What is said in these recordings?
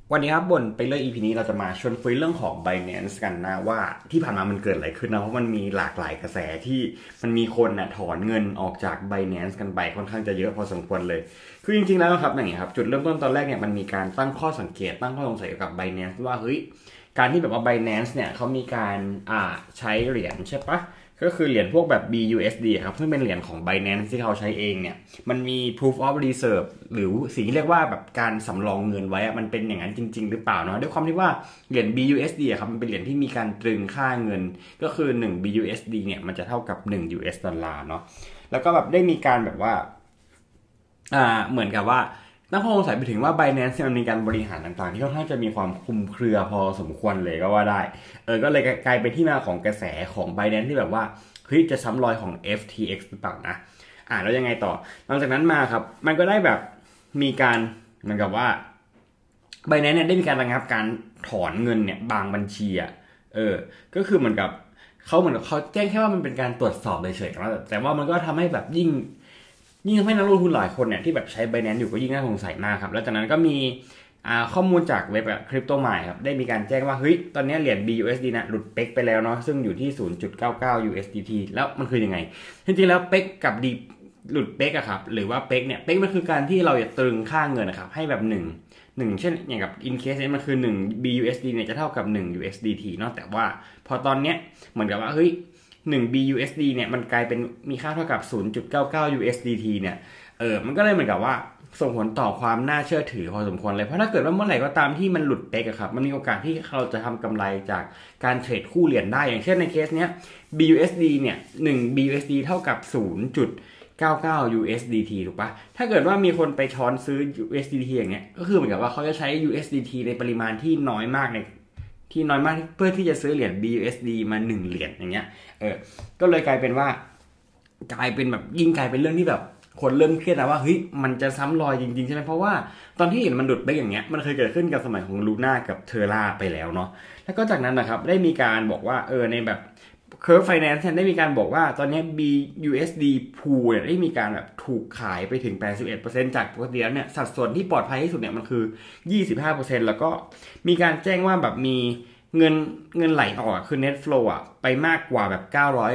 วันนี้ครับบนไปเลย EP นี้เราจะมาชวนคุยเรื่องของ Binance กันนะว่าที่ผ่านมามันเกิดอะไรขึ้นนะเพราะมันมีหลากหลายกระแสที่มันมีคนนะถอนเงินออกจาก Binance กันไปค่อนข้างจะเยอะพอสมควรเลยคือจริงๆแล้วครับอย่างเงี้ยครับจุดเริ่มต้นตอนแรกเนี่ยมันมีการตั้งข้อสังเกตตั้งข้อสงสัยเกี่ยวกับ Binance ว่าเฮ้ยการที่แบบว่า Binance เนี่ยเขามีการใช้เหรียญใช่ปะก็คือเหรียญพวกแบบ BUSD ครับซึ่งเป็นเหรียญของ Binance ที่เขาใช้เองเนี่ยมันมี proof of reserve หรือสิ่งที่เรียกว่าแบบการสำรองเงินไว้มันเป็นอย่างนั้นจริงๆหรือเปล่าเนาะด้วยความที่ว่าเหรียญ BUSD ครับมันเป็นเหรียญที่มีการตรึงค่าเงินก็คือ1 BUSD เนี่ยมันจะเท่ากับ1 US ดอลลาร์เนาะแล้วก็แบบได้มีการแบบว่าเหมือนกับว่าตั้งข้อสงสัยไปถึงว่า Binance มันมีการบริหารต่างๆที่ค่อนข้างจะมีความคลุมเครือพอสมควรเลยก็ว่าได้ก็เลยกลายเป็นที่มาของกระแสของ Binance ที่แบบว่าเฮ้ยจะซ้ำรอยของ FTX หรือเปล่านะแล้วยังไงต่อหลังจากนั้นมาครับมันก็ได้แบบมีการเหมือนกับว่า Binance เนี่ยได้มีการระงับการถอนเงินเนี่ยบางบัญชีก็คือเหมือนกับเขาแจ้งแค่ว่ามันเป็นการตรวจสอบเฉยๆแต่ว่ามันก็ทำให้แบบยิ่งทำให้นักลงทุนหลายคนเนี่ยที่แบบใช้ Binance อยู่ก็ยิ่งน่าสงสัยมากครับแล้วจากนั้นก็มีข้อมูลจากเว็บคริปโตมายครับได้มีการแจ้งว่าเฮ้ยตอนนี้เหรียญ BUSD นะหลุดเป๊กไปแล้วเนาะซึ่งอยู่ที่ 0.99 USDT แล้วมันคือยังไงจริงๆแล้วเป๊กกับดีหลุดเป๊กอะครับหรือว่าเป๊กเนี่ยเป๊กมันคือการที่เราจะตรึงค่าเงินนะครับให้แบบหนึ่งเช่นอย่างกับ in case มันคือ1 BUSD เนี่ยจะเท่ากับ1 USDT เนาะแต่ว่าพอตอนเนี้ยเหมือนกับว่าเฮ้ย1 BUSD เนี่ยมันกลายเป็นมีค่าเท่ากับ 0.99 USDT เนี่ยมันก็เลยเหมือนกับว่าส่งผลต่อความน่าเชื่อถือพอสมควรเลยเพราะถ้าเกิดว่าเมื่อไหร่ก็ตามที่มันหลุดเป๊กครับมันมีโอกาสที่เราจะทำกำไรจากการเทรดคู่เหรียญได้อย่างเช่นในเคสเนี้ย BUSD เนี่ย1 BUSD เท่ากับ0.99 USDT ถูกปะถ้าเกิดว่ามีคนไปช้อนซื้อ USDT อย่างเงี้ยก็คือเหมือนกับว่าเขาจะใช้ USDT ในปริมาณที่น้อยมากเพื่อที่จะซื้อเหรียญ BUSD มา1เหรียญอย่างเงี้ยก็เลยกลายเป็นแบบยิ่งกลายเป็นเรื่องที่แบบคนเริ่มเครียดนะว่าเฮ้ยมันจะซ้ำรอยจริงๆใช่ไหมเพราะว่าตอนที่เห็นมันดุดไปอย่างเงี้ยมันเคยเกิดขึ้นกับสมัยของลูน่ากับเทอร่าไปแล้วเนาะแล้วก็จากนั้นนะครับได้มีการบอกว่าในแบบ Curve Finance ได้มีการบอกว่าตอนนี้ BUSD Pool เนี่ยได้มีการแบบถูกขายไปถึง 81% จากปกติแล้วเนี่ยสัดส่วนที่ปลอดภัยที่สุดเนี่ยมันคือ 25% แล้วก็มีการแจ้งว่าแบบมีเงินไหลออกคือ net flow ไปมากกว่าแบบ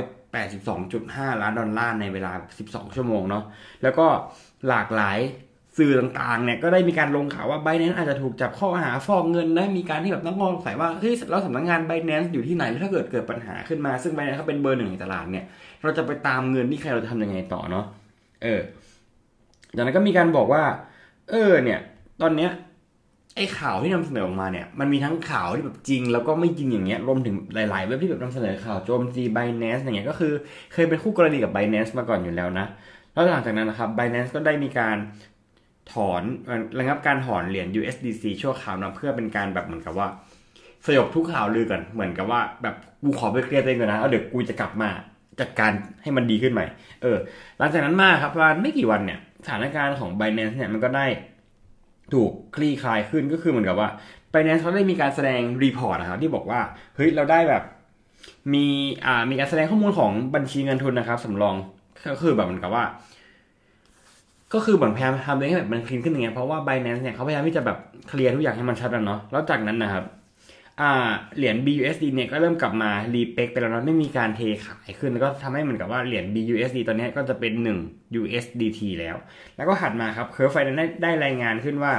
982.5 ล้านดอลลาร์ในเวลา12ชั่วโมงเนาะแล้วก็หลากหลายสื่อต่างๆเนี่ยก็ได้มีการลงข่าวว่า Binance อาจจะถูกจับข้อหาฟอกเงินนะมีการที่แบบต้องสงสัยว่าเฮ้ยแล้วสำนักงาน Binance อยู่ที่ไหนถ้าเกิดปัญหาขึ้นมาซึ่ง Binance เขาเป็นเบอร์หนึ่งในตลาดเนี่ยเราจะไปตามเงินที่ใครเราจะทำยังไงต่อเนาะจากนั้นก็มีการบอกว่าเนี่ยตอนเนี้ยไอ้ข่าวที่นำเสนอออกมาเนี่ยมันมีทั้งข่าวที่แบบจริงแล้วก็ไม่จริงอย่างเงี้ยรวมถึงหลายๆเว็บที่แบบนำเสนอข่าวโจมตี Binance อย่างเงี้ยก็คือเคยเป็นคู่กรณีกับ Binance มาก่อนอยู่แล้วนะแล้วหลังจากนั้นนะครับ Binance ก็ได้มีการถอนระงับการถอนเหรียญ USDC ชั่วคราวนะเพื่อเป็นการแบบเหมือนกับว่าสยบทุกข่าวลือก่อนเหมือนกับว่าแบบกูขอไปเคลียร์ตัวเองก่อนนะแล้วเดี๋ยวกูจะกลับมาจัดการให้มันดีขึ้นใหม่หลังจากนั้นมาครับประมาณไม่กี่วันเนี่ยสถานการณ์ของ Binance เนี่ยมันก็ได้ถูกคลี่คลายขึ้นก็คือเหมือนกับว่า Binance เขาได้มีการแสดงรีพอร์ตนะครับที่บอกว่าเฮ้ยเราได้แบบมีมีการแสดงข้อมูลของบัญชีเงินทุนนะครับสำรองก็คือแบบเหมือนกับว่าก็คือเหมือนพยายามทำให้แบบมันคลีนขึ้นอย่างเงี้ยเพราะว่า Binance เนี่ยเขาพยายามที่จะแบบเคลียร์ทุกอย่างให้มันชัดแล้วเนาะแล้วจากนั้นนะครับเหรียญ BUSD เนี่ยก็เริ่มกลับมารีเปกไปแล้วนะไม่มีการเทขายขึ้นแล้วก็ทำให้เหมือนกับว่าเหรียญ BUSD ตอนนี้ก็จะเป็น1 USDT แล้วก็ถัดมาครับเคอร์ฟไฟนั้นได้รายงานขึ้นว่า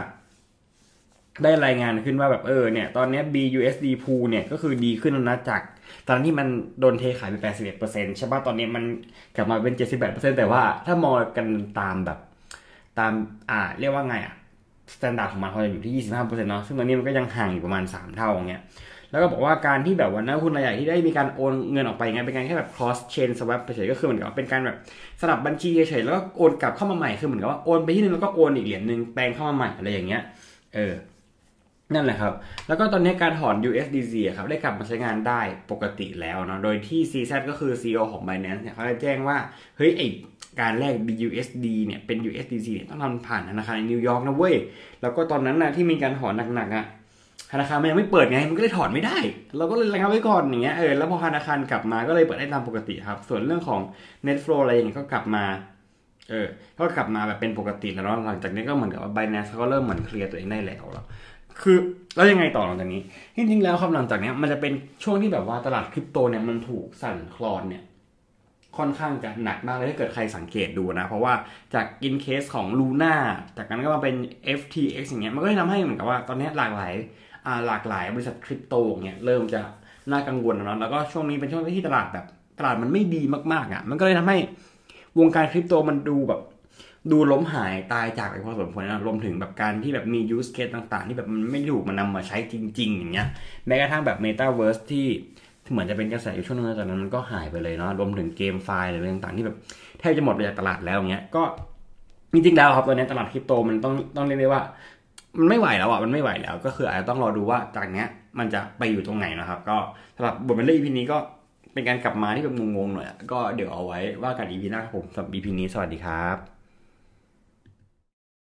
แบบเนี่ยตอนนี้ BUSD Pool เนี่ยก็คือดีขึ้นนะจากตอนที่มันโดนเทขายไป 81% ใช่ป่ะตอนนี้มันกลับมาเป็น 78% แต่ว่าถ้ามองกันตามแบบตามเรียกว่าไงสแตนดาร์ดของมันเขาจะอยู่ที่ 25% เนาะซึ่งตอนนี้มันก็ยังห่างอยู่ประมาณ3เท่าอย่างเงี้ยแล้วก็บอกว่าการที่แบบว่านักลงทุนรายใหญ่ที่ได้มีการโอนเงินออกไปไงเป็นการแค่แบบ cross chain swap เฉยๆก็คือเหมือนกับเป็นการแบบสลับบัญชีเฉยๆแล้วก็โอนกลับเข้ามาใหม่คือเหมือนกับว่าโอนไปที่นึงแล้วก็โอนอีกเหรียญนึงแปลงเข้ามาใหม่อะไรอย่างเงี้ยนั่นแหละครับแล้วก็ตอนนี้การถอน USDC ครับได้กลับมาใช้งานได้ปกติแล้วเนาะโดยที่ CZ ก็คือ CEO ของ Binance เนี่ยเขาได้แจ้งว่าเฮ้ยไอการแลก BUSD เนี่ยเป็น USDC เนี่ยต้องทำผ่านธนาคารในนิวยอร์กนะเว้ยแล้วก็ตอนนั้นนะที่มีการถอนหนักๆธนาคารมันยังไม่เปิดไงมันก็เลยถอนไม่ได้เราก็เลยระงับไว้ก่อนอย่างเงี้ยแล้วพอธนาคารกลับมาก็เลยเปิดได้ตามปกติครับส่วนเรื่องของ Net Flow อะไรอย่างเงี้ยก็กลับมาก็กลับมาแบบเป็นปกติแล้วเนาะหลังจากนี้ก็เหมือนกับว่า Binance เขาก็เริ่มเหมือนเคลียร์ตัวเองได้แล้วคือแล้วยังไงต่อหลังจากนี้จริงๆแล้วครับหลังจากนี้มันจะเป็นช่วงที่แบบว่าตลาดคริปโตเนี่ยมันถูกสั่นคลอนเนี่ยค่อนข้างจะหนักมากเลยถ้าเกิดใครสังเกตดูนะเพราะว่าจากอินเคสของ Luna จากนั้นก็มาเป็น FTX อย่างเงี้ยมันก็เลยทำให้เหมือนกับว่าตอนนี้หลากหลายบริษัทคริปโตเนี่ยเริ่มจะน่ากังวลแล้วก็ช่วงนี้เป็นช่วงที่ตลาดมันไม่ดีมากๆอ่ะมันก็เลยทำให้วงการคริปโตมันดูล้มหายตายจากไปพอสมควรนะรวมถึงแบบการที่แบบมี use case ต่างๆที่แบบมันไม่ถูกมันนำมาใช้จริงๆอย่างเงี้ยแม้กระทั่งแบบ Metaverse ที่เหมือนจะเป็นกระแสอยู่ช่วงนึงจากนั้นมันก็หายไปเลยเนาะรวมถึงเกมไฟล์อะไรต่างๆที่แบบแทบจะหมดไปจากตลาดแล้วอย่างเงี้ยก็จริงๆแล้วครับตอนนี้ตลาดคริปโตมันต้องเรียกได้ว่ามันไม่ไหวแล้วอ่ะมันไม่ไหวแล้วก็คืออาจจะต้องรอดูว่าจากเนี้ยมันจะไปอยู่ตรงไหนนะครับก็สำหรับบทบรรยาย EP นี้ก็เป็นการกลับมาที่แบบงงๆหน่อยก็เดี๋ยวเอาไว้ว่ากัน EP หน้าครับผมสำหรับ EP นี้สวัสดีครับ